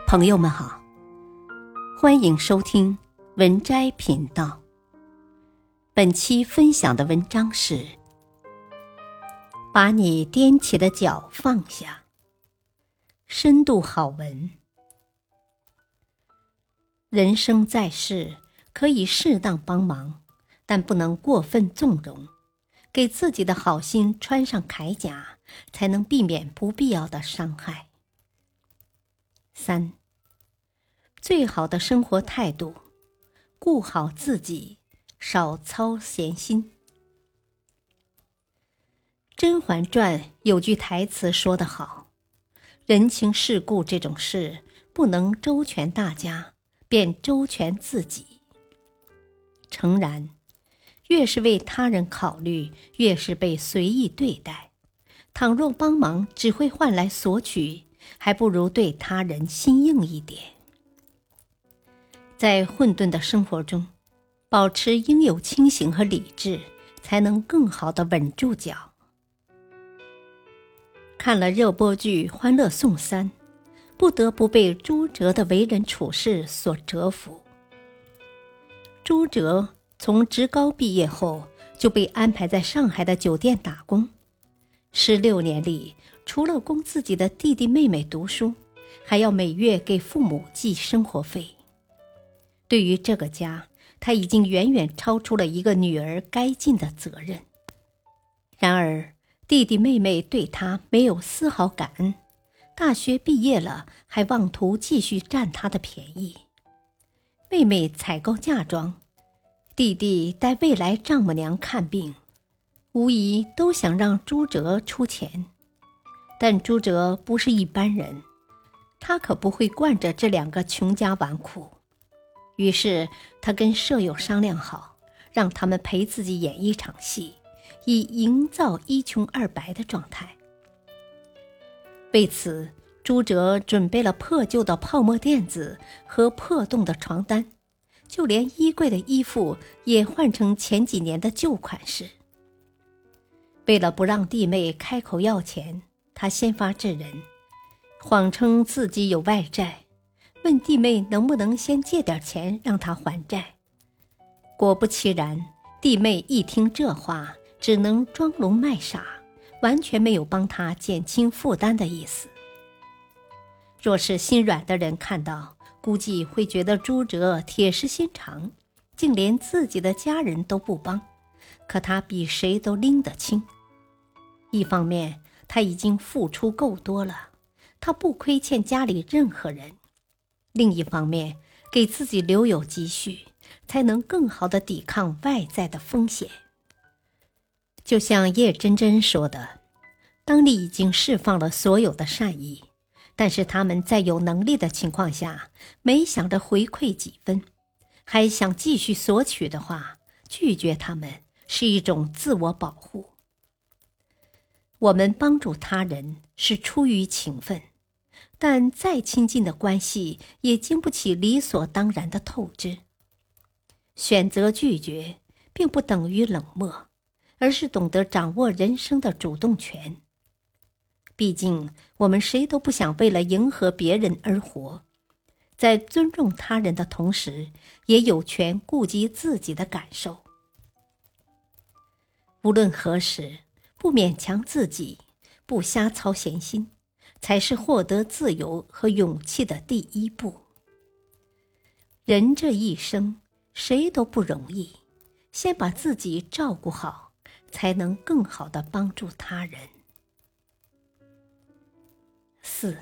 朋友们好，欢迎收听文摘频道。本期分享的文章是：把你踮起的脚放下。深度好文。人生在世，可以适当帮忙，但不能过分纵容，给自己的好心穿上铠甲，才能避免不必要的伤害。3. 最好的生活态度，顾好自己，少操闲心。《甄嬛传》有句台词说得好，人情世故这种事，不能周全大家，便周全自己。诚然，越是为他人考虑，越是被随意对待。倘若帮忙只会换来索取，还不如对他人心硬一点。在混沌的生活中，保持应有清醒和理智，才能更好地稳住脚。看了热播剧《欢乐颂3》，不得不被朱哲的为人处事所折服。朱哲从职高毕业后，就被安排在上海的酒店打工。16年里，除了供自己的弟弟妹妹读书，还要每月给父母寄生活费。对于这个家，他已经远远超出了一个女儿该尽的责任。然而，弟弟妹妹对他没有丝毫感恩，大学毕业了还妄图继续占他的便宜。妹妹采购嫁妆，弟弟带未来丈母娘看病，无疑都想让朱哲出钱。但朱哲不是一般人，他可不会惯着这两个穷家纨绔。于是他跟舍友商量好，让他们陪自己演一场戏，以营造一穷二白的状态。为此，朱哲准备了破旧的泡沫垫子和破洞的床单，就连衣柜的衣服也换成前几年的旧款式。为了不让弟妹开口要钱，他先发制人，谎称自己有外债，问弟妹能不能先借点钱让他还债。果不其然，弟妹一听这话，只能装聋卖傻，完全没有帮他减轻负担的意思。若是心软的人看到，估计会觉得朱哲铁石心肠，竟连自己的家人都不帮，可他比谁都拎得清。一方面，他已经付出够多了，他不亏欠家里任何人；另一方面，给自己留有积蓄，才能更好地抵抗外在的风险。就像叶真真说的，当你已经释放了所有的善意，但是他们在有能力的情况下，没想着回馈几分，还想继续索取的话，拒绝他们是一种自我保护。我们帮助他人是出于情分，但再亲近的关系也经不起理所当然的透支。选择拒绝并不等于冷漠，而是懂得掌握人生的主动权。毕竟我们谁都不想为了迎合别人而活，在尊重他人的同时，也有权顾及自己的感受。无论何时，不勉强自己，不瞎操闲心，才是获得自由和勇气的第一步。人这一生，谁都不容易，先把自己照顾好，才能更好地帮助他人。4.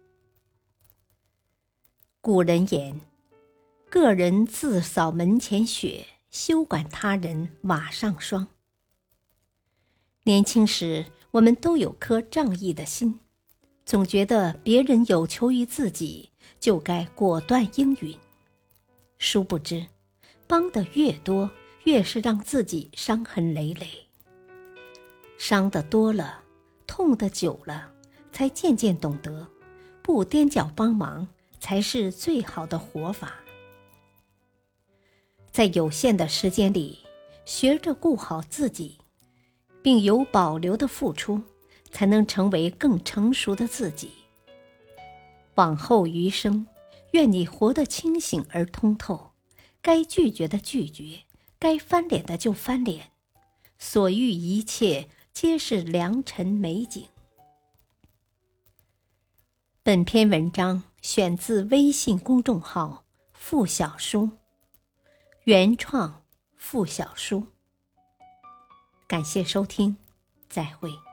古人言，个人自扫门前雪，休管他人瓦上霜。年轻时，我们都有颗仗义的心，总觉得别人有求于自己，就该果断应允。殊不知，帮得越多，越是让自己伤痕累累。伤得多了，痛得久了，才渐渐懂得，不踮脚帮忙才是最好的活法。在有限的时间里，学着顾好自己，并有保留的付出，才能成为更成熟的自己。往后余生， 愿你活得清醒而通透，该拒绝的拒绝，该翻脸的就翻脸，所遇一切皆是良辰美景。本篇文章选自微信公众号付小书，原创付小书。感谢收听，再会。